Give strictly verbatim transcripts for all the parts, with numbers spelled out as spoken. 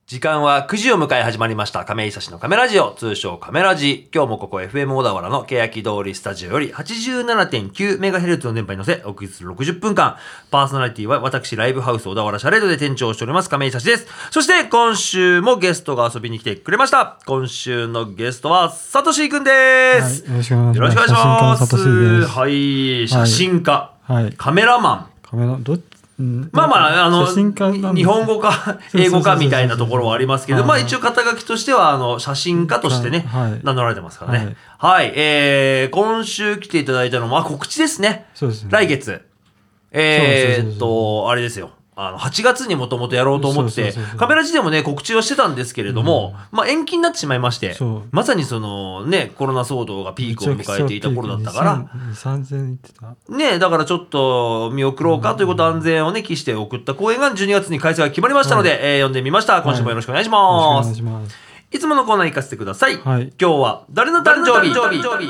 時間はくじを迎え始まりました亀井久志のカメラジオ、通称カメラジ。今日もここ エフエム 小田原の欅通りスタジオより はちじゅうななてんきゅうメガヘルツ の電波に乗せお送りするろくじゅっぷんかん。パーソナリティは私ライブハウス小田原シャレードで店長をしております亀井久志です。そして今週もゲストが遊びに来てくれました。今週のゲストはサトシーくんです、 はい、よろしくお願いします。 よろしくお願いします。 写真家のサトシーです。 はい、写真家、はい、カメラマン、 カメラどっちまあまあ、あの、 写真家なん日本語か英語かみたいなところはありますけど、まあ一応肩書きとしては、あの、写真家としてね、はい、名乗られてますからね。はい、はい、えー、今週来ていただいたのは告知ですね。 そうですね。 来月。えーっと、あれですよ。あの、はちがつにもともとやろうと思って、カメラ時でもね、告知はしてたんですけれども、うん、まあ延期になってしまいまして、まさにそのね、コロナ騒動がピークを迎えていた頃だったから、 にせんさんぜんいってたね、だからちょっと見送ろうかということ安全をね、期して送った公演がじゅうにがつに開催が決まりましたので、はい、えー、読んでみました。今週もよろしくお願いします。はい、いつものコーナー行かせてください。はい、今日は誰の誕生日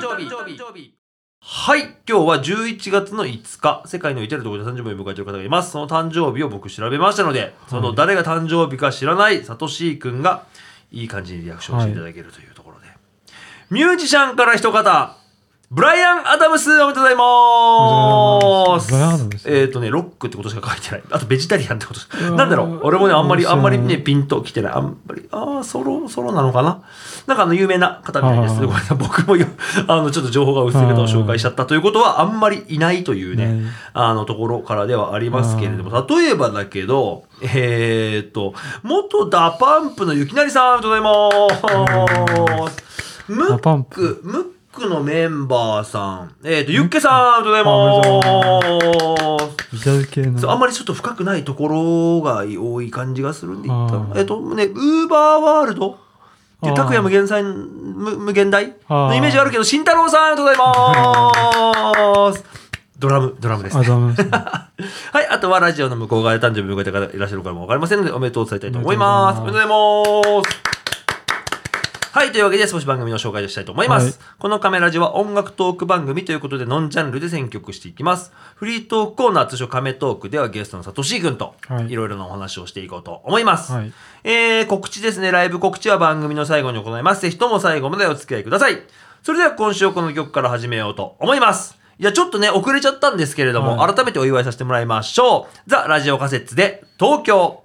はい。今日はじゅういちがつのいつか、世界の至るところで誕生日を迎えている方がいます。その誕生日を僕調べましたので、その誰が誕生日か知らないサトシーくんがいい感じにリアクションしていただけるというところで。はい、ミュージシャンから一方、ブライアン・アダムス、おめでとうございます。えっ、ー、とね、ロックってことしか書いてない。あとベジタリアンってことしか。なんだろう。俺もね、あんまり、あんまりね、ピンと来てない。あんまり、ああ、ソロ、ソロなのかな。なんかあの、有名な方みたいです。ごめんなさい。僕もよ、あの、ちょっと情報が薄い方を紹介しちゃったということは、あんまりいないというね、あの、ところからではありますけれども、例えばだけど、えっ、ー、と、元ダパンプのゆきなりさん、ありがとうございます。ムック、ムック、ムックのメンバーさん、えっ、ー、と、ユッケさん、ありがとうございます。 ビジュアル系の。 あんまりちょっと深くないところが多い感じがするんで、えっ、ー、とね、ウーバーワールドっていう拓也無限大無限大のイメージがあるけど、慎太郎さん、ありがとうございます。ドラム、ドラムですね。はい、あとはラジオの向こう側で誕生日を迎えた方いらっしゃるかもわかりませんので、おめでとう伝えたいと思います。おめでとうございます。はい。というわけで少し番組の紹介をしたいと思います。はい、このカメラジは音楽トーク番組ということでノンジャンルで選曲していきます。フリートークコーナー通称カメトークではゲストのサトシーくんといろいろなお話をしていこうと思います。はい、えー、告知ですね。ライブ告知は番組の最後に行います。ぜひとも最後までお付き合いください。それでは今週この曲から始めようと思います。いや、ちょっとね、遅れちゃったんですけれども、はい、改めてお祝いさせてもらいましょう。ザ・ラジオカセッツで東京。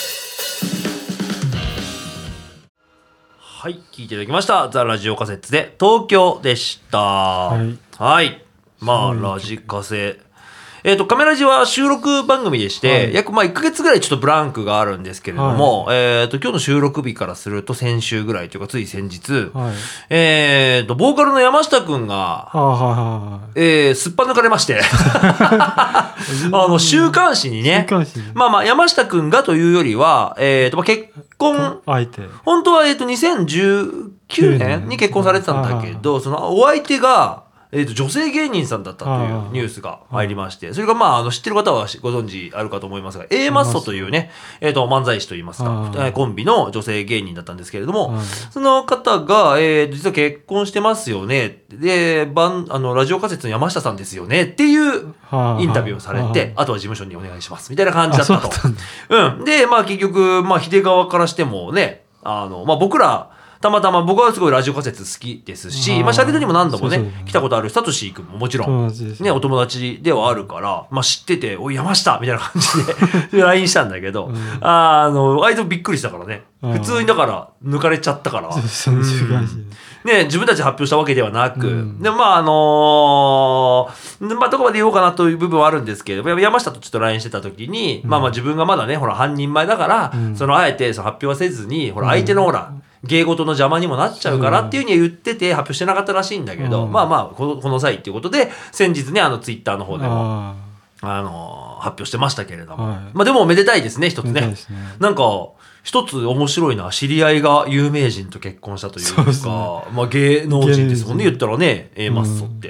はい、聞いていただきました。ザ・ラジオカセッツで東京でした。はい。はい、まあ、ラジカセ。えっ、ー、と、カメラジは収録番組でして、はい、約まあいっかげつぐらいちょっとブランクがあるんですけれども、はい、えっ、ー、と、今日の収録日からすると先週ぐらいというか、つい先日、はい、えっ、ー、と、ボーカルの山下くんが、はい、えー、すっぱ抜かれまして、あの、週刊誌にね、まあまあ、山下くんがというよりは、えっ、ー、と、まあ、結婚、相手。本当は、えっ、ー、と、にせんじゅうきゅうねんに結婚されてたんだけど、そのお相手が、えーと、女性芸人さんだったというニュースが入りまして、それがまあ、あの、知ってる方はご存知あるかと思いますが、A マッソというね、えーと、漫才師といいますか、コンビの女性芸人だったんですけれども、その方が、えーと、実は結婚してますよね。で、番、あの、ラジオカセッツの山下さんですよねっていうインタビューをされて、あとは事務所にお願いします。みたいな感じだったと。うん。で、まあ結局、まあ、秀川からしてもね、あの、まあ僕ら、たまたま僕はすごいラジオカセット好きですし、まあシャレドにも何度もね、そうそう来たことあるサトシー君ももちろん、ね、お友達ではあるから、まあ知ってて、おい、山下みたいな感じでラインしたんだけど、うん、あの、あいつもびっくりしたからね。普通にだから、抜かれちゃったから。うんね、自分たち発表したわけではなく、うん、で、まああのー、まあどこまで言おうかなという部分はあるんですけど、山下とちょっと ライン してた時に、うん、まあまあ自分がまだね、ほら、半人前だから、うん、そのあえてその発表はせずに、ほら、相手のほら、うん芸事の邪魔にもなっちゃうからっていうふうには言ってて発表してなかったらしいんだけど、うん、まあまあこの、この際っていうことで先日ねあのツイッターの方でもあの発表してましたけれども、はい、まあでもおめでたいですね一つ ね, ねなんか一つ面白いのは知り合いが有名人と結婚したというか、ね、まあ芸能人ですもんね言ったらね A マッソって、うん、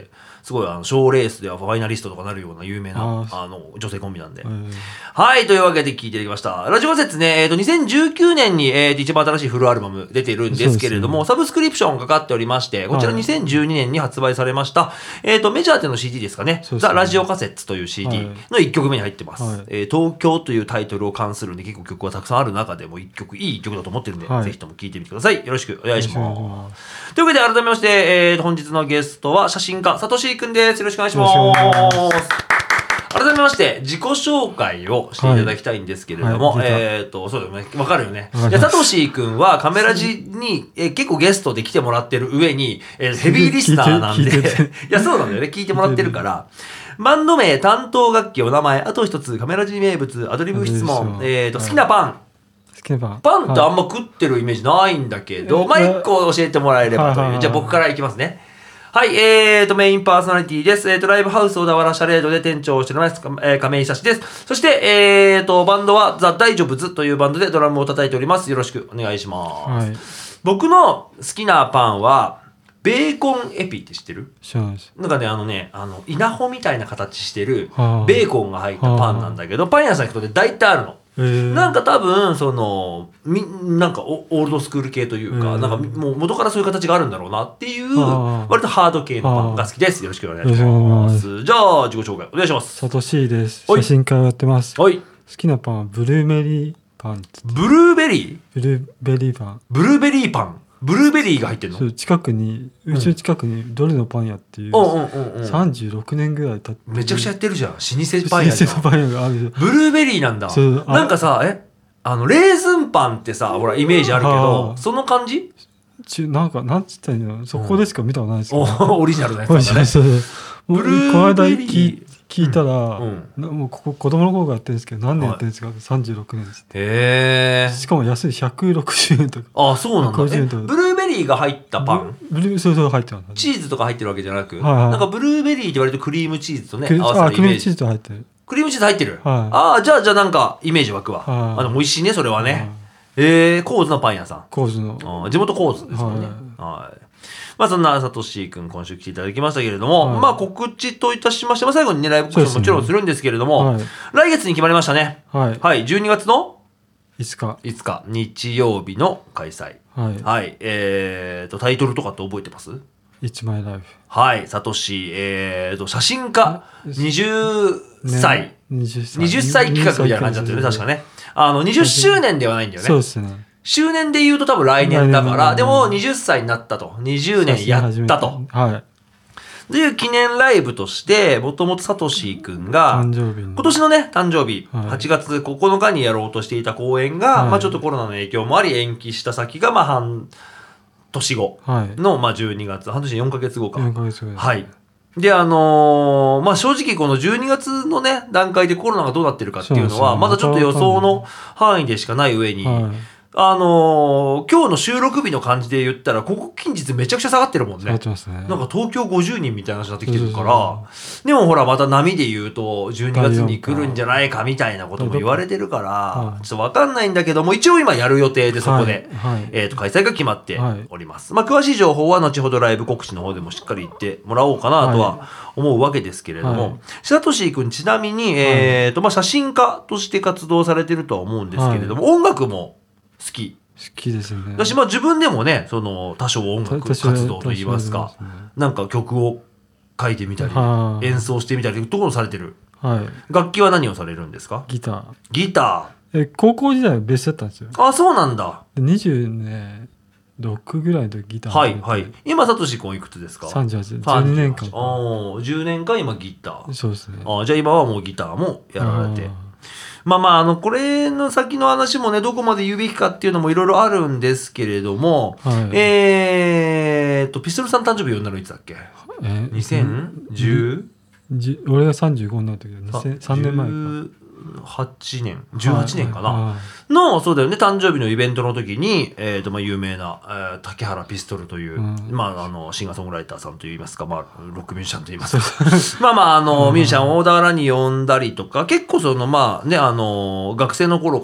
すごいあの賞レースではファイナリストとかなるような有名なああの女性コンビなんで、 えーはいというわけで聞いていただきましたラジオカセッツね、えー、とにせんじゅうきゅうねんに、えー、と一番新しいフルアルバム出てるんですけれども、サブスクリプションかかっておりましてこちらはいにせんじゅうにねんに発売されました、えー、とメジャーでの シーディー ですかねそうですねザ・ラジオカセッツという シーディー のいっきょくめに入ってます、 はいえー東京というタイトルを関するんで結構曲がたくさんある中でもいっきょくいいいっきょくだと思ってるんで、 はいぜひとも聴いてみてくださいよろしくお願いしよろしくお願いしまますというわけで改めまして、えー、本日のゲストは写真家サトシーくんですよろしくお願いしますよろしくお願いします改めまして自己紹介をしていただきたいんですけれども、 はいはいえっ、とそうだよねわかるよねわかりますいやサトシー君はカメラジに、えー結構ゲストで来てもらってる上に、えーヘビーリスナーなんで聞いて聞いていやそうなんだよね聞いてもらってるからバンド名担当楽器お名前あと一つカメラジ名物アドリブ質問、えー、と好きなパン、 好きなパンパンってあんまま食ってるイメージないんだけど、 はいまあ一個教えてもらえればという。 はいはいはいじゃあ僕からいきますね。はい、えーと、メインパーソナリティです。えーと、ライブハウス小田原シャレードで店長をしております、えー、亀井久志です。そして、えーと、バンドはザ・大丈夫ズというバンドでドラムを叩いております。よろしくお願いします。 はい僕の好きなパンは、ベーコンエピって知ってる？ 知らないですなんかね、あのね、あの、稲穂みたいな形してるはあ、 ベーコンが入ったパンなんだけど、パン屋さん行くとね、大体あるの。 えーなんか多分そのみなんかオオールドスクール系というか、 うんなんかもう元からそういう形があるんだろうなっていうあー割とハード系のパンが好きです。よろしくお願いしよろしくお願いします。じゃあ自己紹介お願いします。 サトシーですはい写真家をやってます好はい。 きなパンはブルーベリーパンブルーベリーブルーベリーパンブルーベリーパンブルーベリーが入ってんの？ そう近くにうちの近くにどれのパン屋っていううんうんうんうん。 さんじゅうろくねんぐらい経ってめちゃくちゃやってるじゃん。老舗パン屋じゃん。 老舗のパン屋があるブルーベリーなんだ。 そうあなんかさえあのレーズンパンってさほらイメージあるけはどあその感じ？ ちなんかなんつったらいいのそこでしか見たことないですけど、 おオリジナルなやつそうなんだね。 そうそうもうブルーこの間ベリー聞い聞いたら、 うんなもうここ子供の頃からやってるんですけど何年やってるんですか、さんじゅうろくねんですへえ。 しかも安いひゃくろくじゅうえんとかあ、そうなんだ。えひゃくごじゅうえんとかブルーベリーが入ったパンブルーそうそう入ってますチーズとか入ってるわけじゃなく、 はいはいなんかブルーベリーって割とクリームチーズとね、 クリ合わあクリームチーせるイメージ。 ズと入ってるクリームチーズ入ってる。 はいああ、じゃあ、じゃあなんかイメージ湧くわ。 はいあでも美味しいね、それはね。 はいえー、コーズのパン屋さん。 コーズのあー地元コーズですもんね。はい。まあそんなサトシー君今週来ていただきましたけれども、 はいまあ告知といたしまして、まあ、最後にねライブ告知ももちろんするんですけれども、 はい来月に決まりましたね。 はいはい、じゅうにがつのいつかいつか日曜日の開催。 はいはい、えーとタイトルとかって覚えてます？ 一枚ライフはい、サトシ、えーと写真家はたち、 ねはたちはたち企画みたいな感じだったよね、確かね。あの、はたちしゅうねんではないんだよね。 そうですね周年で言うと多分来年だから、 来年でもはたちになったと。にじゅうねんやったと。 はいという記念ライブとして、もともとサトシ君が、 誕生日に今年のね、誕生日、 はいはちがつここのかにやろうとしていた公演が、 はいまあちょっとコロナの影響もあり延期した先が、まあ半年後はいの、まあじゅうにがつ、半年よんかげつごか。 よんかげつぐらいはい。で、あのーまあ、正直このじゅうにがつのね、段階でコロナがどうなってるかっていうのは、 そうですねまだちょっと予想の範囲でしかない上に、 はいあのー今日の収録日の感じで言ったら、ここ近日めちゃくちゃ下がってるもんね下がっ。てますねなんか東京ごじゅうにんみたいな話になってきてるかそうら、でもほらまた波で言うとじゅうにがつに来るんじゃないかみたいなことも言われてるからは、いちょっとわかんないんだけども、一応今やる予定でそこで、 はいはいえっと開催が決まっております。まあ詳しい情報は後ほどライブ告知の方でもしっかり言ってもらおうかなとは思うわけですけれどはいも、サトシー君ちなみに、えっとまあ写真家として活動されてるとは思うんですけれども、音楽も好き。 好きですよねだしまあ自分でもねその多少音楽多少活動といいますか多少ありますねなんか曲を書いてみたりはい演奏してみたりというところをされてる。 はい楽器は何をされるんですか？ ギターギタえ高校時代はベースだったんですよー。あそうなんだ。 でにじゅうろくぐらいの時ギターはいはい。今サトシ君いくつですか？ さんじゅうはちじゅうにねんかんああじゅうねんかん今ギター。 そうですねあじゃあ今はもうギターもやられて。 あまあまあ、あの、これの先の話もね、どこまで言うべきかっていうのもいろいろあるんですけれども、 はいえーっと、ピストルさん誕生日呼んだのいつだっけ？ えにせんじゅうじ俺がさんじゅうごになる時だにせんさんねんまえかじゅうはちねんじゅうはちねんかな、 はのそうだよね誕生日のイベントの時に、えーとまあ、有名な、えー竹原ピストルという、 うんまあ、あのシンガーソングライターさんといいますか、まあ、ロックミュージシャンといいますかまあまああの、ミュージシャンを小田原に呼んだりとか結構そのまあねあの学生の頃から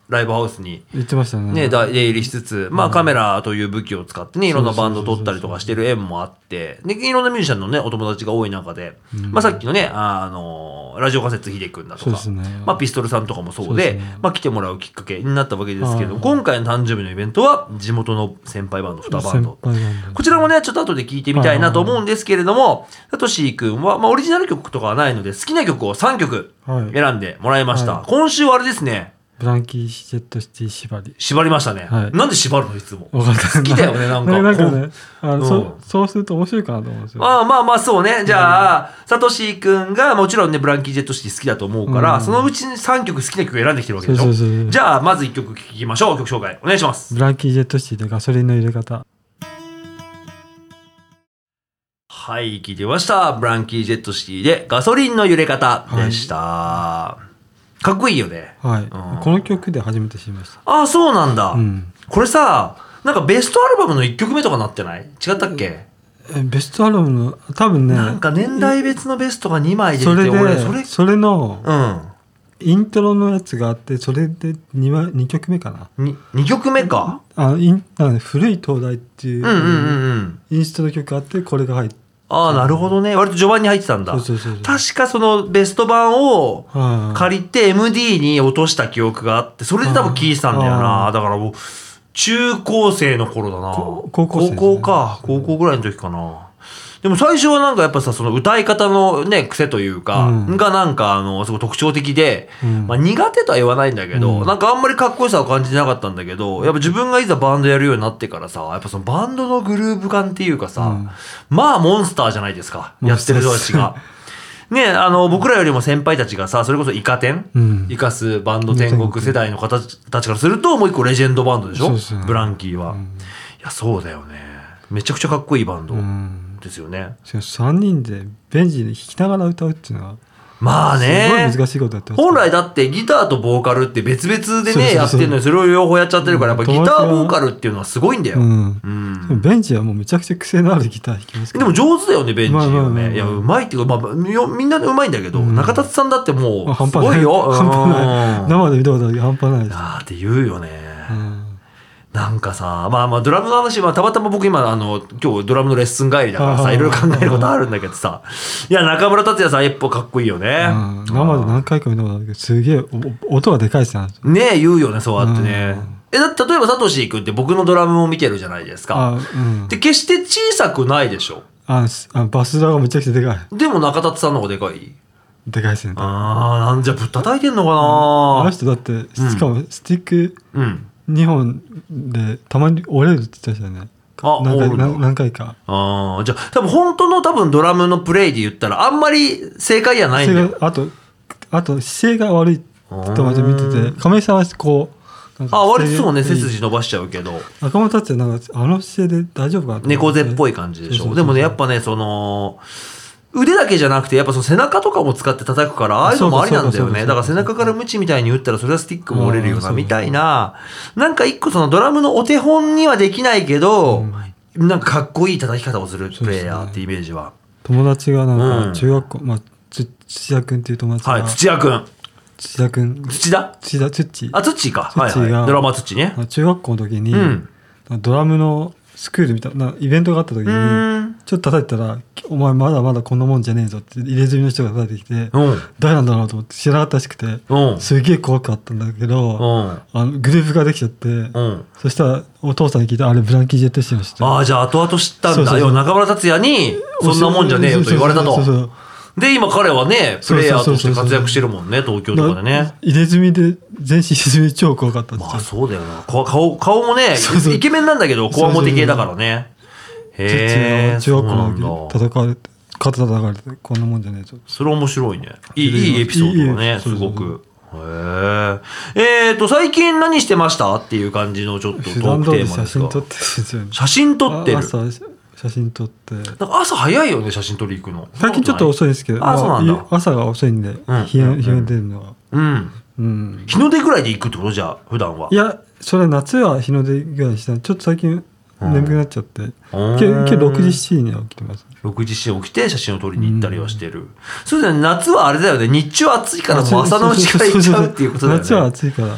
ライブハウスに言ってましたね。 ね、出入りしつつ、まあカメラという武器を使ってね、いろんなバンド撮ったりとかしてる縁もあって、で、いろんなミュージシャンのね、お友達が多い中で、まあさっきのね、あの、ラジオカセッツヒデ君だとか、まあピストルさんとかもそうで、まあ来てもらうきっかけになったわけですけど、今回の誕生日のイベントは、地元の先輩バンド、にバンド。こちらもね、ちょっと後で聞いてみたいなと思うんですけれども、サトシ君は、まあオリジナル曲とかはないので、好きな曲をさんきょく選んでもらいました。今週はあれですね、 ブランキー・ジェット・シティ縛り。 縛りましたね。はい、なんで縛るのいつも。好きだよね、なんか。 なんかね、あの、うん、そ、そうすると面白いかなと思うんですよ。 ああ、まあまあそうね。じゃあ、サトシ君がもちろんね、ブランキー・ジェット・シティ好きだと思うから、うん、そのうちにさんきょく好きな曲選んできてるわけでしょ。そうそうそう。じゃあ、まずいっきょく聴きましょう。曲紹介お願いします。 ブランキー・ジェット・シティでガソリンの入れ方。 はい、聞いてました。ブランキー・ジェット・シティでガソリンの揺れ方でした。はいかっこいいよね。 はい、うん。この曲で初めて知りました。 ああ、そうなんだ、うん。これさ、なんかベストアルバムのいっきょくめとかなってない？違ったっけ？ えベストアルバムの多分ね。 なんか年代別のベストがにまい出てて、 それで俺それそれの、うん、イントロのやつがあって、それで 2, 枚にきょくめかな。 に, にきょくめか。 あインなん古い東大っていう、うんうんうんうん、インストの曲があってこれが入って。 ああなるほどね。割と序盤に入ってたんだ。そうそうそうそう。確かそのベスト版を借りて エムディー に落とした記憶があって、それで多分聞いてたんだよな。だからもう中高生の頃だな。 高校生、ね、 高校か高校ぐらいの時かな。でも最初はなんかやっぱさその歌い方のね癖というか、うん、がなんかあのすごい特徴的で、うん、まあ苦手とは言わないんだけど、うん、なんかあんまりかっこよさを感じてなかったんだけど、やっぱ自分がいざバンドやるようになってからさ、やっぱそのバンドのグルーヴ感っていうかさ、うん、まあモンスターじゃないですか、やってる人たちが。ね、あの僕らよりも先輩たちがさそれこそイカ天、うん、イカスバンド天国世代の方たちからするともう一個レジェンドバンドでしょ、ね、ブランキーは、うん、いやそうだよね、めちゃくちゃかっこいいバンド、うんですよね。 さんにんでベンチで弾きながら歌うっていうのはまあねすごい難しいことやってます。 本来だってギターとボーカルって別々でねやってるのにそれを両方やっちゃってるから、やっぱギターボーカルっていうのはすごいんだよ、うんうん、ベンチはもうめちゃくちゃ癖のあるギター弾きますから、 ね、でも上手だよねベンチはね、まあまあまあ、いやうまいっていうか、まあ、みんなうまいんだけど、うん、中田さんだってもうすごいよ、 半端ない生で見たことある半端ないです。 あって言うよね、うんなんかさ、まあまあドラムの話はたまたま僕今あの今日ドラムのレッスン帰りだからさいろいろ考えることあるんだけどさ、いや中村達也さん一歩かっこいいよね、うん、 生で何回か見たことあるけどすげえ音がでかいですね。 ねえ言うよねそうやってね、うん、えだって例えばサトシ君って僕のドラムを見てるじゃないですか、うん、で決して小さくないでしょ。 ああバスドラがめちゃくちゃでかい。でも中達さんの方がでかい。 でかいですね。 ああなんじゃぶったたいてんのかな、うん、 あの人だってしかもスティック、うんにほんでたまに折れるって言ってましたよね。あ何回何何回か。 ああじゃあ多分本当の多分ドラムのプレイで言ったらあんまり正解やないんだよ。 あとあと姿勢が悪いってまで見てて、亀井さんはこうなんかあ割とそうね背筋伸ばしちゃうけど、 仲間たちはなんかあの姿勢で大丈夫かなって、ね、 猫背っぽい感じでしょ。そうそうそうそう。でもねやっぱねその腕だけじゃなくてやっぱその背中とかも使って叩くからああいうのもありなんだよね。だから背中からムチみたいに打ったらそれはスティックも折れるようなみたいな、なんか一個そのドラムのお手本にはできないけど、うん、なんかかっこいい叩き方をするプレイヤーってイメージは、ね、 友達がなんか中学校、うん、まあ土田君っていう友達が、 はい、土屋君土田君土田土田土あ土か土が、 はいはい、ドラマ土ね。 中学校の時に、うん、ドラムのスクールみたいなイベントがあった時にちょっと叩いたらお前まだまだこんなもんじゃねえぞって入れ墨の人が叩いてきて、うん、誰なんだろうと思って知らなかったらしくて、うん、すげえ怖かったんだけど、うん、あのグループができちゃって、うん、そしたらお父さんに聞いてあれブランキー・ジェット・シティの人。 ああじゃあ後々知ったんだ。そうそうそう要は中村達也にそんなもんじゃねえよと言われたと。そうそうそうそうで今彼はねプレイヤーとして活躍してるもんね東京とかでね。 入れ墨で全身入れ墨超怖かったんですよ。 まあそうだよな。顔顔もねそうそうイケメンなんだけどこわもて系だからね。 へえ中学校の時叩かれて肩叩かれてこんなもんじゃねえぞ。 それ面白いね。いいいいエピソードだねすごく。へえ。えーと最近何してましたっていう感じのちょっとトークテーマですが。写真撮ってる。写真撮ってる。 写真撮ってなんか朝早いよね写真撮り行くの。 最近ちょっと遅いですけど、 あ、そうなんだ。 朝が遅いんで、うん、日が出るのは、うんうん、日の出ぐらいで行くってことじゃあ普段は。 いやそれ夏は日の出ぐらいしたちょっと最近眠くなっちゃって、うん、今日ろくじしちじには起きてます。 ろくじしちじ起きて写真を撮りに行ったりはしてる、うん、そうだね。夏はあれだよね日中暑いからもう朝のうちから行っちゃうっていうことだよね。 夏は暑いからへ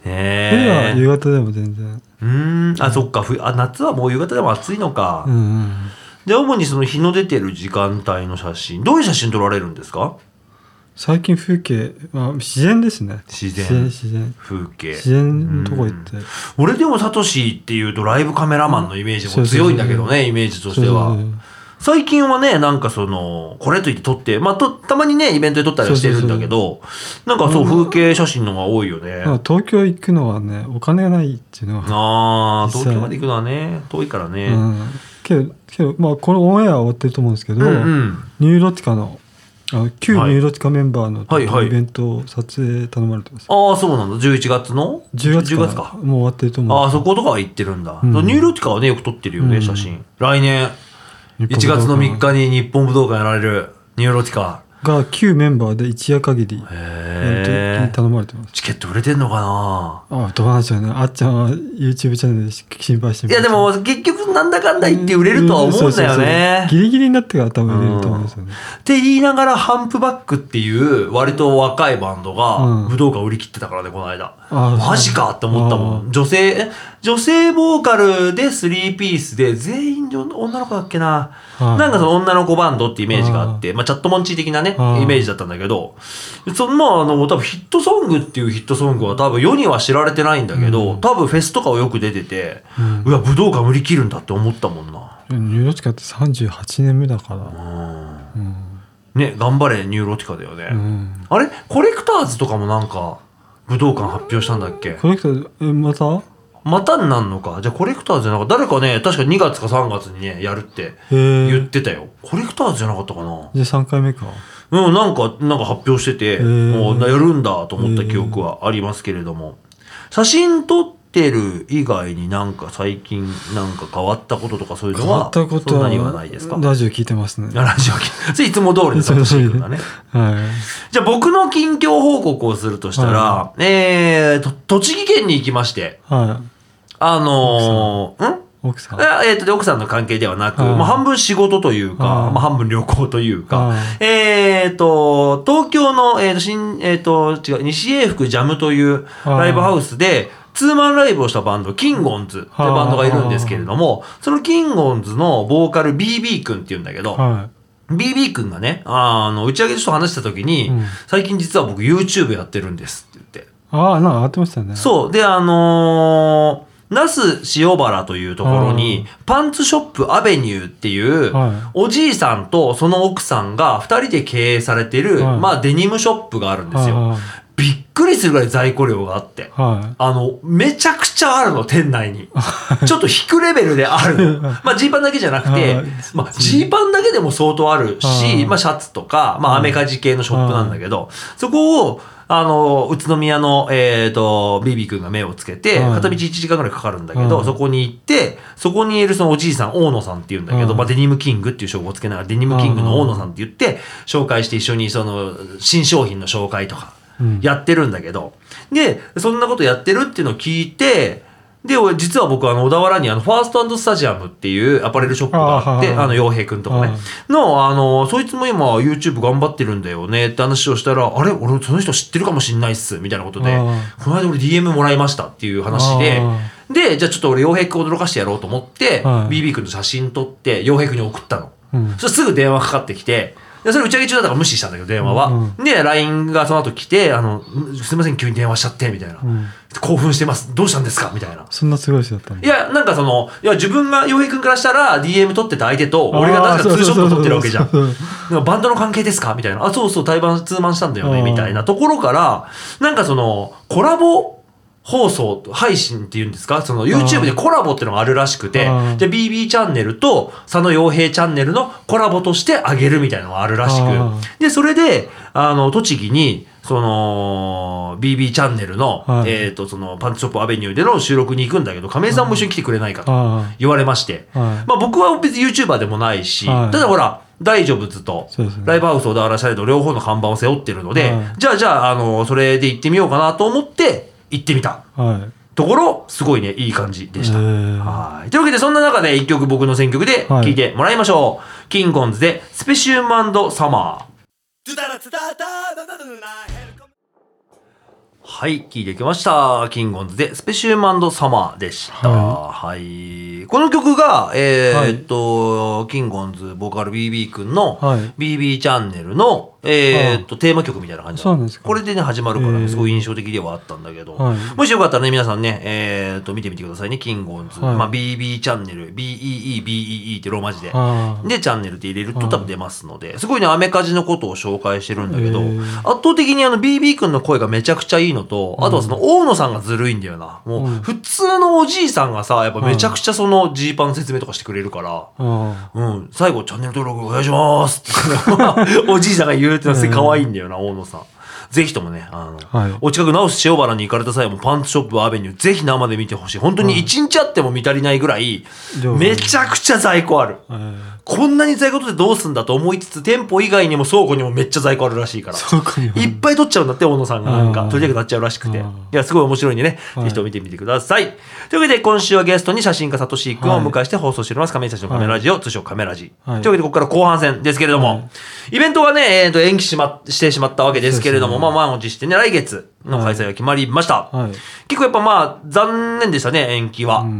へ冬はえ。 夕方でも全然。 うーん。あ、そっか。ふあ、夏はもう夕方でも暑いのか。 うんうん。 で、主にその日の出てる時間帯の写真。どういう写真撮られるんですか？ 最近風景、まあ、自然ですね。 自然。 自然。 風景。 自然のとこ行って。 俺でもサトシっていうとライブカメラマンのイメージも強いんだけどね、イメージとしては。最近はね、なんかその、これといって撮って、まあと、たまにね、イベントで撮ったりはしてるんだけど、なんかそう、風景写真の方が多いよね。 東京行くのはね、お金がないっていうのは。 ああ、東京まで行くのはね、遠いからね。 うん。けど、けどまあ、このオンエアは終わってると思うんですけど、 うんうん、 ニューロティカの、あの旧ニューロティカメンバーのはいはいはい、 イベントを撮影頼まれてます。 ああ、そうなんだ。じゅういちがつのじゅうがつか。じゅうがつか。もう終わってると思う。 ああ、そことかは行ってるんだ。 うん、 ニューロティカはね、よく撮ってるよね、写真。来年、いちがつのみっかに日本武道館やられるニューロティカ。 が旧メンバーで一夜限りへに頼まれてます。 チケット売れてんのかなああ、どうなんでしょうね。あっちゃんは YouTube チャンネルで心配してます。 いやでも結局なんだかんだ言って売れるとは思うんだよね。 ギリギリになってから多分売れると思うんですよね。 って言いながらハンプバックっていう割と若いバンドが武道館売り切ってたからね、この間。マジかって思ったもん。女性、女性ボーカルでスリーピースで全員女の子だっけな。なんかその女の子バンドってイメージがあって、まあチャットモンチー的なね、イメージだったんだけど、そのまああの多分ヒットソングっていうヒットソングは多分世には知られてないんだけど、多分フェスとかをよく出てて、うわ武道館売り切るんだって思ったもんな。 ニューロティカってさんじゅうはちねんめだから。 うん、ね、頑張れニューロティカだよね。 うん、 あれコレクターズとかもなんか武道館発表したんだっけ？ コレクターズ、え、またまたになんのか。じゃあコレクターズじゃなかった。誰かね、確かにがつかさんがつにね、やるって言ってたよ。コレクターズじゃなかったかな。 じゃあさんかいめか。 うん、なんか、なんか発表してて、もうやるんだと思った記憶はありますけれども。写真撮ってる以外になんか最近なんか変わったこととかそういうのは、そんなにはないですか？ ラジオ聞いてますね。 ラジオ聞いて。それいつも通りのサトシ君だね。 はい。 じゃあ僕の近況報告をするとしたら、はい、えーと、栃木県に行きまして、 はい。 あのー、ん奥さんえー、と奥さんの関係ではなく、まあ、半分仕事というか、まあ、半分旅行というか、えー、と東京の、えーと新えー、と違う西永福ジャムというライブハウスでツーマンライブをしたバンドキンゴンズってバンドがいるんですけれども、そのキンゴンズのボーカル ビービー 君っていうんだけど、はい、ビービー 君がね、あの打ち上げでちょっと話した時に、うん、最近実は僕 YouTube やってるんですって言って、 ああ、なんか上がってましたね。 そうで、あのー那須塩原というところにパンツショップアベニューっていうおじいさんとその奥さんがふたりで経営されてるまあデニムショップがあるんですよ。びっくりするぐらい在庫量があって、あのめちゃくちゃあるの、店内に。ちょっと引くレベルであるの。まあジーパンだけじゃなくて、まあジーパンだけでも相当あるし、まあシャツとかまあアメカジ系のショップなんだけど、そこをあの、宇都宮の、えっと、ビービー君が目をつけて、片道いちじかんぐらいかかるんだけど、そこに行って、そこにいるそのおじいさん、大野さんって言うんだけど、まあ、デニムキングっていう称号をつけながら、デニムキングの大野さんって言って、紹介して一緒にその、新商品の紹介とか、やってるんだけど、で、そんなことやってるっていうのを聞いて、で、実は僕、あの、小田原に、あの、ファースト&スタジアムっていうアパレルショップがあって、あの、洋平くんとかね、の、あの、そいつも今、YouTube 頑張ってるんだよねって話をしたら、あれ俺、その人知ってるかもしんないっす、みたいなことで、この間俺 ディーエム もらいましたっていう話で、で、じゃあちょっと俺、洋平くん驚かしてやろうと思って、ビービー くんの写真撮って、洋平くんに送ったの。うん、そしたらすぐ電話かかってきて、でそれ打ち上げ中だったから無視したんだけど、電話は。うんうん、で、ライン がその後来て、あの、すいません、急に電話しちゃって、みたいな。うん、興奮してます。どうしたんですかみたいな。 そんなすごい人だったの？ いや、なんかその、いや、自分が、洋平くんからしたら、ディーエム 取ってた相手と、俺が確かツーショット取ってるわけじゃん。なんかバンドの関係ですかみたいな。あ、そうそう、対バン、ツーマンしたんだよね、みたいなところから、なんかその、コラボ、放送配信っていうんですか、その YouTube でコラボっていうのがあるらしくて、じゃあ ビービー チャンネルと佐野洋平チャンネルのコラボとしてあげるみたいなのがあるらしく、でそれであの栃木にその ビービー チャンネルの、はい、えっとそのパンツショップアベニューでの収録に行くんだけど、亀井さんも一緒に来てくれないかと言われまして、まあ僕は別に YouTuber でもないし、ただほら大丈夫とライブハウス小田原シャレと両方の看板を背負ってるので、じゃあじゃああのそれで行ってみようかなと思って行ってみた、はい、ところすごいねいい感じでした。はい、というわけでそんな中で一曲僕の選曲で聴いてもらいましょう、はい、キンゴンズでスペシウム&サマー。 はい、聞いてきました。キングオンズでスペシウム&サマーでした。はい。はい、この曲が、えー、はい、っと、キングオンズボーカル ビービー 君の ビービー チャンネルの、えー、っと、テーマ曲みたいな感じなんです。これでね、始まるからね、すごい印象的ではあったんだけど、はい、もしよかったらね、皆さんね、えー、っと、見てみてくださいね、キングオンズ。はい、まあ、ビービー チャンネル、ビーイーイービーイーイー ってローマ字で。で、チャンネルって入れると多分出ますので、すごいね、アメカジのことを紹介してるんだけど、圧倒的にあの ビービー 君の声がめちゃくちゃいいのと、あとはその大野さんがずるいんだよな。もう普通のおじいさんがさ、やっぱめちゃくちゃそのジーパンの説明とかしてくれるから、うん、最後チャンネル登録お願いしますっておじいさんが言うってのはすごい可愛いんだよな、大野さん。ぜひともね、あの、はい、お近く直す塩原に行かれた際もパンツショップアベニューぜひ生で見てほしい。本当に一日あっても見足りないぐらい、めちゃくちゃ在庫ある。こんなに在庫取ってどうすんだと思いつつ、店舗以外にも倉庫にもめっちゃ在庫あるらしいから。いっぱい取っちゃうんだって、大野さんがなんか、取りたくなっちゃうらしくて。いや、すごい面白いんでね、ぜひとも見てみてください。というわけで、今週はゲストに写真家さとしーくんをお迎えして放送しております、亀井写真のカメラジオ、通称カメラジ。というわけで、ここから後半戦ですけれども、イベントがね、えーと、延期しま、してしまったわけですけれども、まあ、満を持してね、来月の開催が決まりました。はい、結構やっぱまあ、残念でしたね、延期は。うん。うん、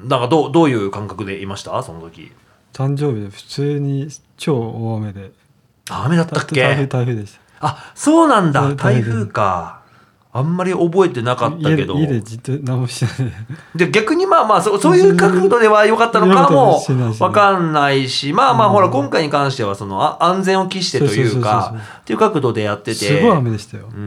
なんかどう、どういう感覚でいましたその時。 誕生日で普通に超大雨で。 雨だったっけ？ 台風、台風でした。 あ、そうなんだ。台風か。あんまり覚えてなかったけど。 家でじっと何もしてない。 で、逆にまあまあ、そ, そういう角度では良かったのかもわかんないし、まあまあ、ほら、今回に関しては、その、あ安全を期してというか、っていう角度でやってて。 すごい雨でしたよ。 うん。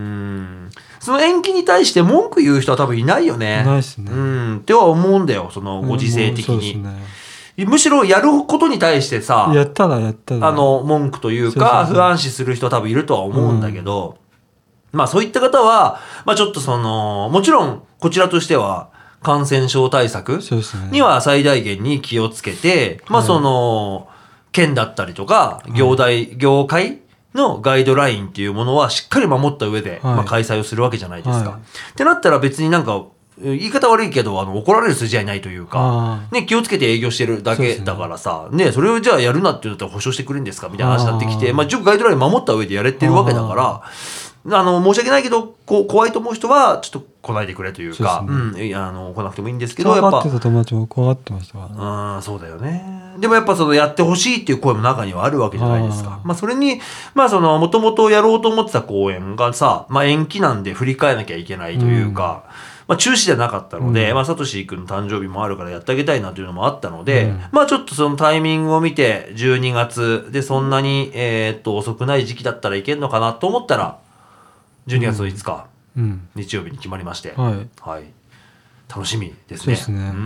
その延期に対して文句言う人は多分いないよね。 ないですね。 うん。っては思うんだよ、そのご時世的に。うんむしろやることに対してさ、 やったらやったらあの文句というか不安視する人は多分いるとは思うんだけど、うん、まあそういった方は、まあ、ちょっとそのもちろんこちらとしては感染症対策には最大限に気をつけて、まあその県だったりとか業大、業界のガイドラインっていうものはしっかり守った上で、まあ、開催をするわけじゃないですか。はい、ってなったら別になんか言い方悪いけどあの怒られる筋合いないというか、ね、気をつけて営業してるだけだからさ、ね、それをじゃあやるなって言ったら保証してくれるんですかみたいな話になってきて、まあ、一応ガイドライン守った上でやれてるわけだからあの申し訳ないけどこう怖いと思う人はちょっと来ないでくれというかう、ねうん、あの来なくてもいいんですけどやっぱ怖がってた友達も怖がってましたから、 ね、うんそうだよね。でもやっぱそのやってほしいっていう声も中にはあるわけじゃないですか。まあ、それにまあそのもともとやろうと思ってた公演がさ、まあ、延期なんで振り返らなきゃいけないというか、うんまあ、中止じゃなかったので、うん、まあ、サトシー君の誕生日もあるからやってあげたいなというのもあったので、うん、まあ、ちょっとそのタイミングを見て、じゅうにがつでそんなに、えー、っと、遅くない時期だったらいけるのかなと思ったら、じゅうにがつのいつか、うん、日曜日に決まりまして、はい。はい。楽しみですね。そうですね。うん。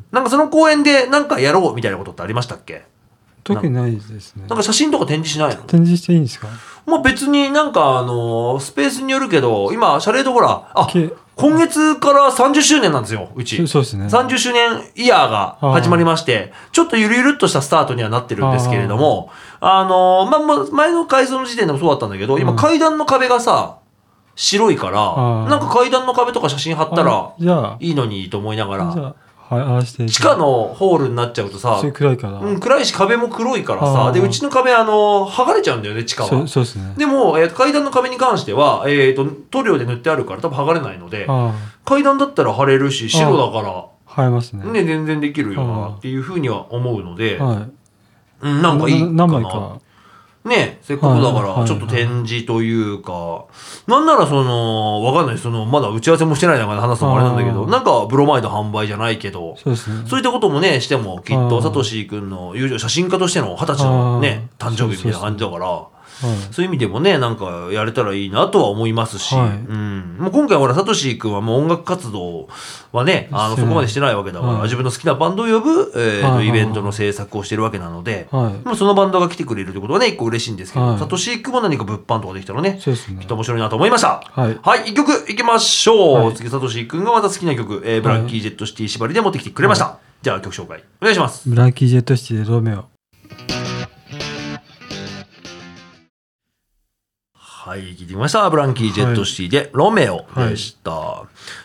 なんかその公演でなんかやろうみたいなことってありましたっけ？ 特にないですね。 なんか写真とか展示しないの？ 展示していいんですか？ まあ別になんかあの、スペースによるけど、今、シャレードほら、あ、今月からさんじゅっしゅうねんなんですよ、うち。 そうですね。 さんじゅっしゅうねんイヤーが始まりまして、ちょっとゆるゆるっとしたスタートにはなってるんですけれども、あの、まあ、もう前の改装の時点でもそうだったんだけど、今階段の壁がさ、白いから、なんか階段の壁とか写真貼ったらいいのにと思いながら、はい、して地下のホールになっちゃうとさ、 暗いから、 うん、暗いし壁も黒いからさ、でうちの壁あの剥がれちゃうんだよね地下は。 そう、そうですね。 でも、えー、階段の壁に関しては、えー、と塗料で塗ってあるから多分剥がれないので、階段だったら貼れるし白だから貼れますね。 ね全然できるよなっていうふうには思うので、はい、うん、なんかいいかな。何枚かね、せっかくだからちょっと展示というか、はいはいはい、なんならそのわかんないそのまだ打ち合わせもしてない中で話すのもあれなんだけど、なんかブロマイド販売じゃないけど、そうですね、そういったこともねしてもきっとサトシ君の友情写真家としての二十歳のね誕生日みたいな感じだから。はい、そういう意味でもねなんかやれたらいいなとは思いますし、はい、うん、もう今回ほらサトシ君はもう音楽活動はねあのそこまでしてないわけだから、はい、自分の好きなバンドを呼ぶ、えー、とイベントの制作をしてるわけなので、はい、もうそのバンドが来てくれるということはね一個嬉しいんですけど、はい、サトシ君も何か物販とかできたらねそうですねきっと面白いなと思いました。はい、はい、いっきょくいきましょう、はい、次サトシ君がまた好きな曲、えー、ブラッキー・ジェット・シティ縛りで持ってきてくれました、はい、じゃあ曲紹介お願いします。 ブラッキー・ジェット・シティでロメオ。 ははい、聞いてきました。ブランキー・ジェット・シティでロメオでした、はい、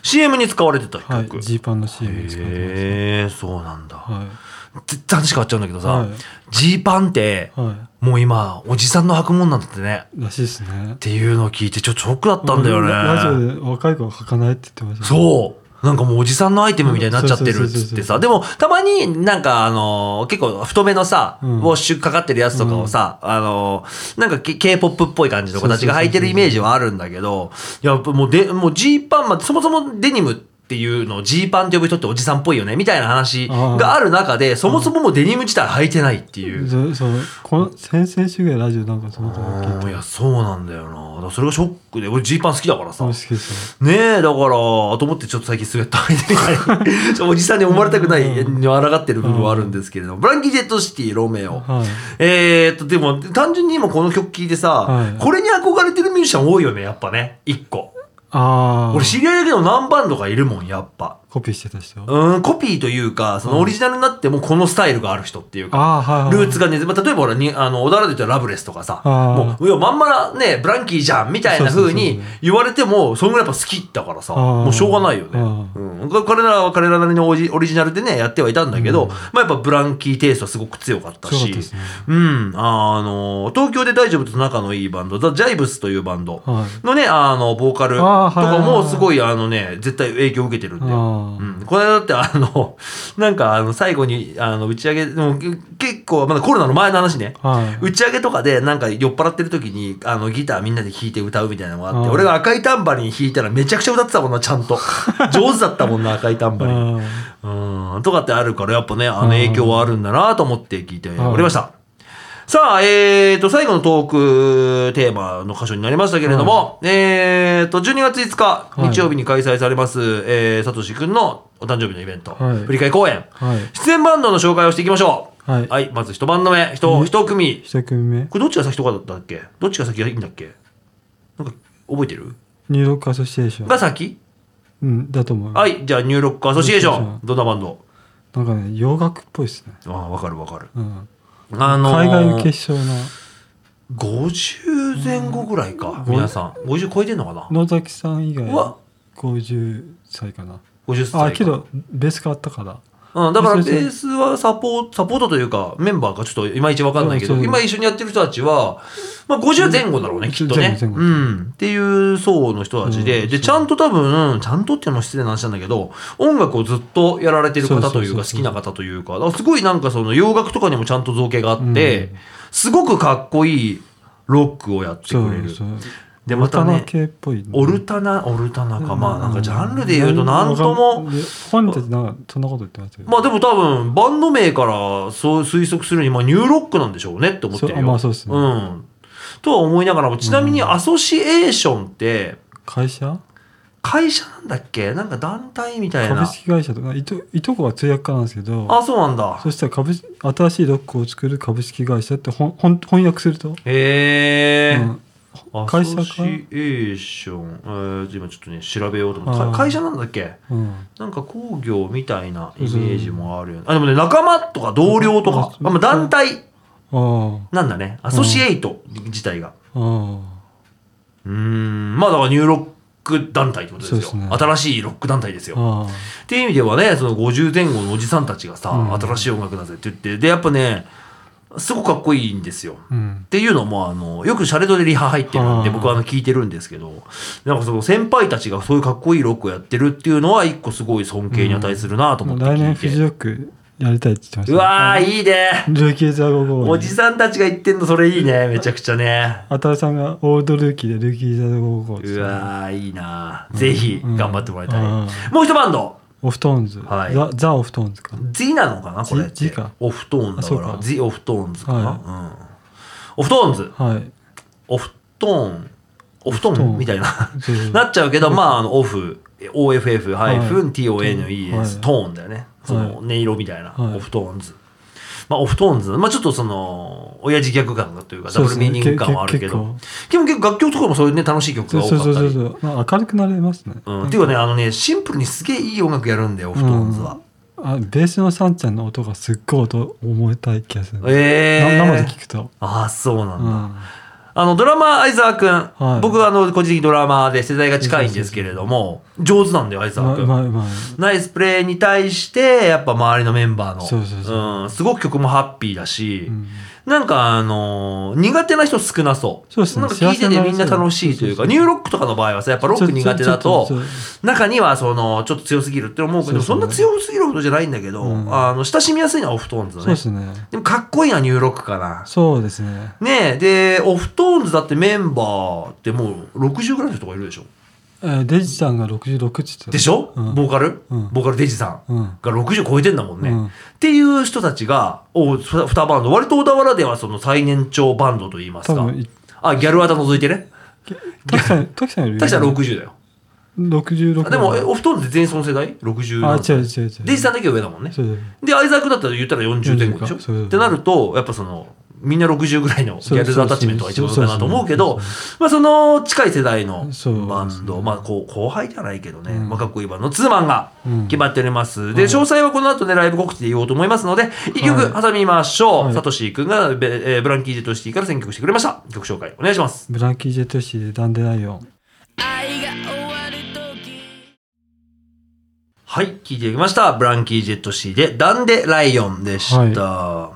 シーエム に使われてた曲、はい、 ジーパンの シーエム に使われてます、ね、 へー、そうなんだ、 はい、 絶対話変わっちゃうんだけどさ、 はい、 ジーパンって、はい、もう今おじさんの履くもんなんだってね、 らしいですねっていうのを聞いてちょっとショックだったんだよね。 ラジオで若い子は履かないって言ってました、 ね、そうなんかもうおじさんのアイテムみたいになっちゃってるっつってさ、でもたまになんかあの結構太めのさ、うん、ウォッシュかかってるやつとかをさ、うん、あのなんか K-ポップ っぽい感じの子たちが履いてるイメージはあるんだけど、いやもうでもうジーパン、まあ、そもそもデニムっていうのをジーパンって呼ぶ人っておじさんっぽいよねみたいな話がある中で、そもそももうデニム自体履いてないっていう、 そうそう、この先々週ぐらいラジオなんかその時聞いた。 いやそうなんだよな。だからそれがショックで、俺ジーパン好きだからさ、 好きですねえ、だからと思ってちょっと最近スウェット履いてみたいなおじさんに思われたくないには抗ってる部分はあるんですけれども、ブランキー・ジェット・シティロメオ、はい、えー、っとでも単純に今この曲聴いてさ、はい、これに憧れてるミュージシャン多いよねやっぱね。一個あ俺知り合いだけど何バンドかいるもんやっぱ。 コピーしてた人、 うん、コピーというかそのオリジナルになってもこのスタイルがある人っていうか、 はいはい、 ルーツがね、まあ、例えばほらにあの小田原で言ったらラブレスとかさ、もういやまんまねブランキーじゃんみたいな風に言われてもそんぐらいやっぱ好きだからさ、もうしょうがないよね、うん、彼らは彼らなりのオリ、オリジナルでねやってはいたんだけど、うん、まあ、やっぱブランキーテイストはすごく強かったし、 ね、 うん、あの東京で大丈夫と仲のいいバンドザ・ジャイブスというバンドのね、あのボーカルとかもすごいあのね絶対影響を受けてるんだよ、うん、これだってあのなんかあの最後にあの打ち上げでも結構まだコロナの前の話ね、はい、打ち上げとかでなんか酔っ払ってる時にあのギターみんなで弾いて歌うみたいなのがあって、はい、俺が赤いタンバリン弾いたらめちゃくちゃ歌ってたもんな、ちゃんと上手だったもんな赤いタンバリン、うん、とかってあるからやっぱねあの影響はあるんだなと思って聞いておりました。さあ、えーと、最後のトークテーマの箇所になりましたけれども、はい、えーと、じゅうにがついつか、日曜日に開催されます、はい、えー、さとしくんのお誕生日のイベント、はい、振り替え公演、はい、出演バンドの紹介をしていきましょう。はい。はい、まず一バンド目、一、一組。 一組目。 これどっちが先とかだったっけ？どっちが先がいいんだっけ？なんか、覚えてる？ ニューロックアソシエーション。 が先？ うん、だと思う。 はい、じゃあニューロックアソシエーション。どんなバンド？ なんかね、洋楽っぽいですね。 ああ、わかるわかる。 うん。あのー、海外結晶なごじゅうぜん後ぐらいか、皆さんごじゅう超えてんのかな。 野崎さん以外はごじゅっさいかな。 ごじゅっさいか。 あ、けどベース変わったから、 うん、だからベースはサポート、サポートというかメンバーがちょっといまいち分かんないけど、今一緒にやってる人たちは、まあ、ごじゅうぜん後だろうね、きっとね、うん、っていう層の人たちで、うん、でちゃんと多分ちゃんとっていうのも失礼な話なんだけど、音楽をずっとやられてる方というか好きな方というか、だからすごいなんかその洋楽とかにもちゃんと造形があって、うん、すごくかっこいいロックをやってくれる。そうそう、でまたね、オルタナ、オルタナか、うん、まあなんかジャンルで言うとなんとも、 本人たちなんかそんなこと言ってますよ。 まあでも多分バンド名からそう推測するに、まあ、ニューロックなんでしょうねって思ってるよ。 まあそうですね。 うん。とは思いながらも、ちなみにアソシエーションって、うん、 会社？ 会社なんだっけ？なんか団体みたいな。 株式会社とか、いと、いとこは通訳家なんですけど。 あ、そうなんだ。 そしたら株式、新しいロックを作る株式会社ってほんほん翻訳すると。 へー。 うん、会社か。アソシエーション、えー、今ちょっとね調べようと思って、会社なんだっけ、うん、なんか工業みたいなイメージもあるよね。あ、でもね、仲間とか同僚とか、あ、まあ、団体なんだね、アソシエイト自体が。うーん、まあだからニューロック団体ってことですよ。すね、新しいロック団体ですよ。っていう意味ではね、そのごじゅうぜん後のおじさんたちがさ、うん、新しい音楽だぜって言って、でやっぱねすごくかっこいいんですよ、うん、っていうのもあのよくシャレドでリハ入ってるんで僕はあの聞いてるんですけど、なんかその先輩たちがそういうかっこいいロックをやってるっていうのは一個すごい尊敬に値するなと思って聞いて、 うん、来年フジロックやりたいって言ってました、ね、 うわーいいね、 ルーキーズはごごおじさんたちが言ってんのそれいいね、めちゃくちゃね。 あたるさんがオールドルーキーでルーキーズはごご、 うわーいいな、うん、ぜひ頑張ってもらいたい、うん、もう一バンドオフトーンズ、はい、ザ・ザ・オフトーンズか Z なのかなこれって Z かオフトーンだから Z オフトーンズかな、はい、うん、オフトーンズ、はい、オフトーンオフトーンみたいななっちゃうけど、まああのオフ オーエフエフ ハイフン ティーオーエヌイーエス トーンだよね、その音色みたいな、はい、オフトーンズ、まあ、オフトーンズ、まあ、ちょっとその親父ギャグ感というかダブルミーニング感はあるけど、でも結構楽曲とかもそういうね楽しい曲が多かったり、そうそうそうそう、 明るくなれますね、 うん、っていうかね、あのねシンプルにすげえいい音楽やるんだよオフトーンズは、 うん、あベースのサンちゃんの音がすっごい音思いたい気がする、えー、生で聞くと。 ああそうなんだ、うん、 あのドラマー相沢くん、 はい、 僕はあの個人的にドラマーで世代が近いんですけれども、上手なんだよ相沢くん、 うまいうまいナイスプレーに対してやっぱ周りのメンバーのそうそうそう、 うん、すごく曲もハッピーだし、 うん、 なんかあのー、苦手な人少なそう。 そうですね。 なんか聞いててみんな楽しいというか、ニューロックとかの場合はさ、やっぱロック苦手だと、中にはその、ちょっと強すぎるって思うけど、そんな強すぎるほどじゃないんだけど、うん、あの、親しみやすいのはオフトーンズだね。 そうですね。 でもかっこいいのはニューロックかな。 そうですね。 ねえ、で、オフトーンズだってメンバーってもうろくじゅうぐらいの人がいるでしょ。 デジさんがろくじゅうろくって言ってたでしょ、うん、ボーカル、うん、ボーカルデジさんがろくじゅう超えてんだもんね、うん、っていう人たちがおにバンド割と小田原ではその最年長バンドといいますか、あギャルアタ除いてね、 滝さん滝さんより滝さんろくじゅうだよ。 ろくじゅうろくでもオフトーンズ全員その世代ろくじゅう。 あ違う違う違う。 デジさんだけ上だもんね。で相沢君だったら言ったらよんじゅう前後でしょってなるとやっぱそのみんなろくじゅうぐらいのギャルズアタッチメントが一番上かなと思うけど、まあその近い世代のバンド、まあこう後輩じゃないけどね、うん、まあかっこいいバンドのツーマンが決まっております。うん、で詳細はこの後ねライブ告知で言おうと思いますので一曲挟みましょう。サトシ君がブランキー・ジェット・シティから選曲してくれました。曲紹介お願いします。 ブランキー・ジェット・シティでダンデライオン。 はい、聴いていただきました。ブランキー・ジェット・シーでダンデライオンでした。はい、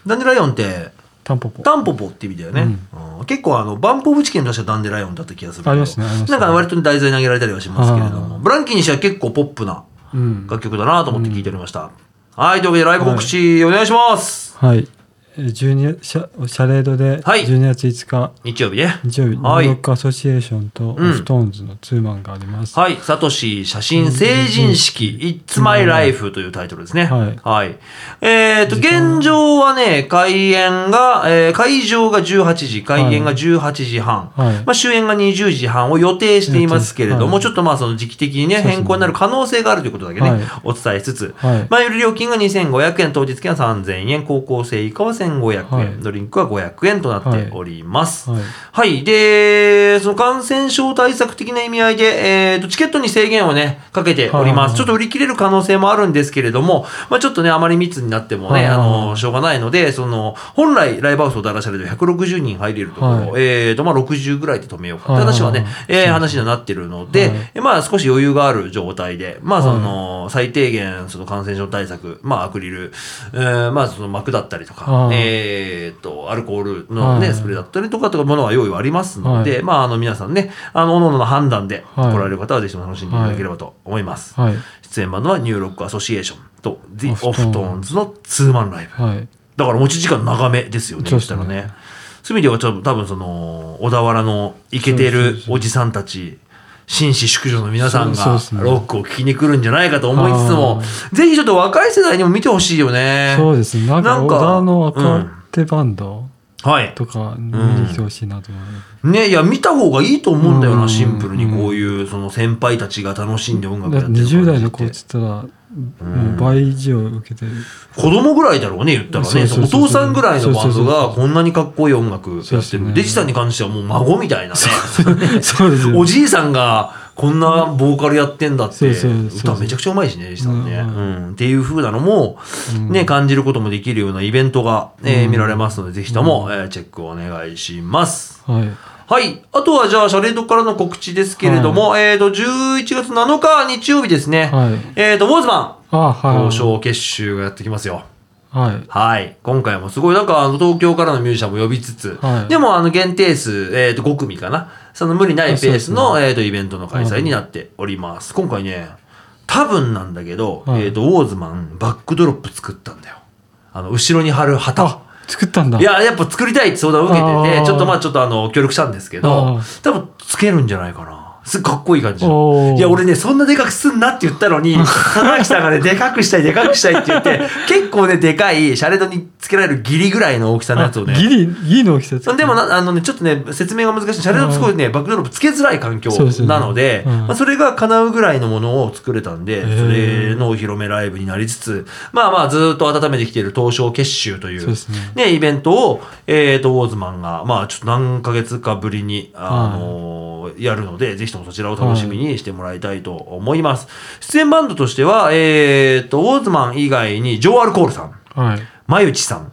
ダンデライオンってタンポポタンポポって意味だよね、うんうん、結構あのバンポブチキンとしてはダンデライオンだった気がするけど、 ありますね、ありますね。 なんか割と題材投げられたりはしますけれども、ブランキーにしては結構ポップな楽曲だなと思って聴いておりました、うん、はいというわけでライブ告知お願いします。 はい、はいじゅうにシャ、シャレードでじゅうにがついつか、はい、 日曜日ね日曜日、はい、ニューロックアソシエーションとオフトーンズのツーマンがあります、 うん、はいサトシ写真成人式 It's My Life というタイトルですね、はい、はい、えーと現状はね開演が、えー、会場がじゅうはちじ開演がじゅうはちじはん、はいまあ、終演がにじゅうじはんを予定していますけれども、はい、ちょっとまあその時期的にね変更になる可能性があるということだけね、はい、お伝えしつつ、はい、前売り料金がにせんごひゃくえん当日券はさんぜんえん高校生以下はせんごひゃくえん、はい、ドリンクはごひゃくえんとなっております。はい。はい、で、その感染症対策的な意味合いで、えーと、チケットに制限をね、かけております。ちょっと売り切れる可能性もあるんですけれども、まあちょっとね、あまり密になってもね、あの、しょうがないので、その、本来ライブハウスをだらしゃれでひゃくろくじゅうにん入れるところ、はい、えーと、まあろくじゅうぐらいで止めようかって話はね、えー、話にはなってるので、はい、まあ少し余裕がある状態で、まあその、最低限、その感染症対策、まあアクリル、えー、まあその膜だったりとか、えーとアルコールの、ねはい、スプレーだったりとかとかものは用意はありますので、はい、まああの皆さんねあの各々の判断で来られる方はぜひとも楽しんでいただければと思います、はい、出演バンドはニューロックアソシエーションと The Offtones のツーマンライブ、はい、だから持ち時間長めですよね。そしたらねそういう意味ではちょっと多分その小田原のイケてるおじさんたち紳士淑女の皆さんがロックを聴きに来るんじゃないかと思いつつも、ぜひちょっと若い世代にも見てほしいよね。 そうですね。なんか小田の若手バンド、はい、とか見に来てほしいなと思います、 うん、ねいや見た方がいいと思うんだよな、シンプルにこういうその先輩たちが楽しんで音楽やってる感じって。 にじゅう代の子っつったらもう倍以上受けてる、 子供ぐらいだろうね言ったらね。そうそうそうそう、お父さんぐらいのバンドがこんなにかっこいい音楽やってる。そうそう、デジさんに関してはもう孫みたいなねそうですよ、おじいさんがこんなボーカルやってんだって、歌めちゃくちゃうまいしね、デジさんね、うんうん、っていう風なのも、ね、感じることもできるようなイベントが、えー、見られますのでぜひとも、えー、チェックお願いします。はいはい。あとはじゃあ、シャレードからの告知ですけれども、はい、えっ、ー、と、じゅういちがつなのか日曜日ですね。はい、えっ、ー、と、ウォーズマン、東証結集がやってきますよ。はい。はい。今回もすごい、なんか、あの、東京からのミュージシャンも呼びつつ、はい、でも、あの、限定数、えっ、ー、と、ご組かな。その無理ないペースの、ね、えっ、ー、と、イベントの開催になっております。はい、今回ね、多分なんだけど、はい、えっ、ー、と、ウォーズマン、バックドロップ作ったんだよ。あの、後ろに貼る旗。 作ったんだ。 いややっぱ作りたいって相談を受けててちょっとまあちょっとあの協力したんですけど多分つけるんじゃないかな。すっごいかっこいい感じ。いや俺ねそんなでかくすんなって言ったのに棚木さんがねでかくしたいでかくしたいって言って結構ねでかいシャレードにつけられるギリぐらいの大きさのやつをねギリギリの大きさでもなあのねちょっとね説明が難しい。シャレードすごいねバックドロップつけづらい環境なので、ねうんまあ、それが叶うぐらいのものを作れたんでそれのお披露目ライブになりつつまあまあずっと温めてきている東証結集という、ねね、イベントを、えー、とウォーズマンがまあちょっと何ヶ月かぶりにあのー、やるのでぜひともそちらを楽しみにしてもらいたいと思います。出演バンドとしては、えー、とウォーズマン以外にジョー・アルコールさん、はい、マユチさん、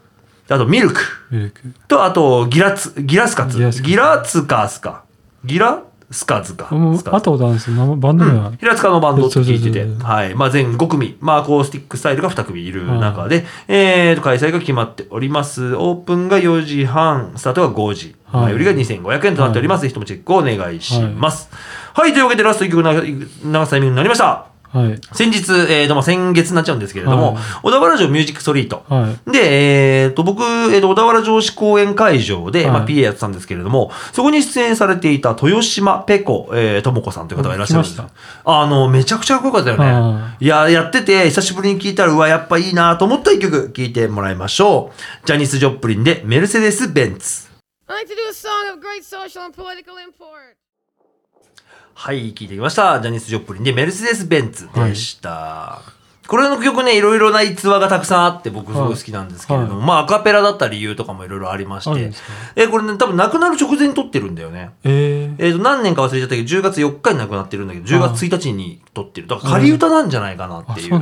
あとミルクミルクとあとギラツギラスカツギラスカツギラツカスカギラスカズかもうスカズあったことあるんですよ生バンド名は、 うん、平塚のバンドって聞いてて、 そうそうそうそうはいまあ、全ご組、まあ、アコースティックスタイルがに組いる中で、えー、と開催が決まっております。オープンがよじはんスタートがごじ、 はい前売りがにせんごひゃくえんとなっております、ぜひともチェックをお願いしますはい、はい、というわけでラストいっきょく流すタイミングになりました。 はい、 先日、えーとまあ、先月になっちゃうんですけれども、はい、小田原城ミュージックストリート、はい、で、えー、と僕、えー、と小田原城址公演会場で、はいまあ、ピーエー やってたんですけれども、そこに出演されていた豊島ペコ、えー、ともこさんという方がいらっしゃるんです。あのめちゃくちゃかっこよかったよね。いややってて久しぶりに聴いたらうわやっぱいいなと思った一曲聴いてもらいましょう。ジャニス・ジョプリンでメルセデス・ベンツ。 I like to do a song of great social and political import. はい、聞いてきました。ジャニス・ジョプリンでメルセデス・ベンツでした。はい、これの曲ね、いろいろな逸話がたくさんあって、僕すごい好きなんですけれども、はい、まあアカペラだった理由とかもいろいろありまして、え、これね、多分亡くなる直前に撮ってるんだよね。えー、えーと、何年か忘れちゃったけど、じゅうがつよっかに亡くなってるんだけど、じゅうがつついたちに撮ってる。だから仮歌なんじゃないかなっていう。うん。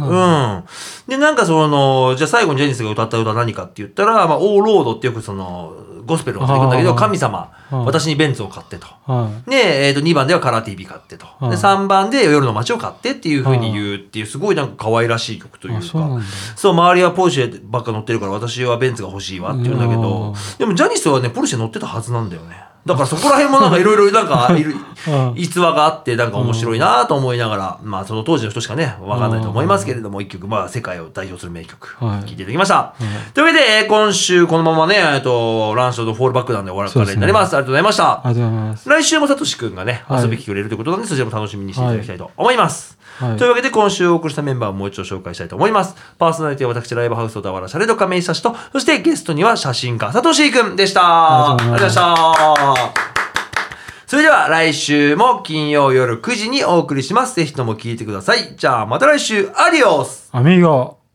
で、なんかその、じゃあ最後にジャニスが歌った歌何かって言ったら、まあ、オーロードってよくその、ゴスペルが出てくるんだけど、神様、私にベンツを買ってと。で、えー、とにばんではカラー ティーブイ 買ってと。で、さんばんで夜の街を買ってっていう風に言うっていう、すごいなんか可愛らしい曲というか、そうそう、周りはポルシェばっか乗ってるから私はベンツが欲しいわって言うんだけど、でもジャニスはね、ポルシェ乗ってたはずなんだよね。だからそこら辺もなんかいろいろなんかいる逸話があってなんか面白いなと思いながら、まあその当時の人しかね分かんないと思いますけれども、一曲まあ世界を代表する名曲聴いていただきました、はい、というわけで今週このままねえっとランショーとフォールバックなんで終わるからになります。ありがとうございました。 ありがとうございます。 来週もサトシくんがね遊び来てくれるということなんで、そちらも楽しみにしていただきたいと思います、はい、というわけで今週お送りしたメンバーをもう一度紹介したいと思います。パーソナリティは私ライブハウス小田原シャレドカメイサシと、そしてゲストには写真家サトシくんでした。ありがとうございました。それでは来週も金曜夜くじにお送りします。ぜひとも聞いてください。じゃあまた来週。アディオス。 アミーゴ。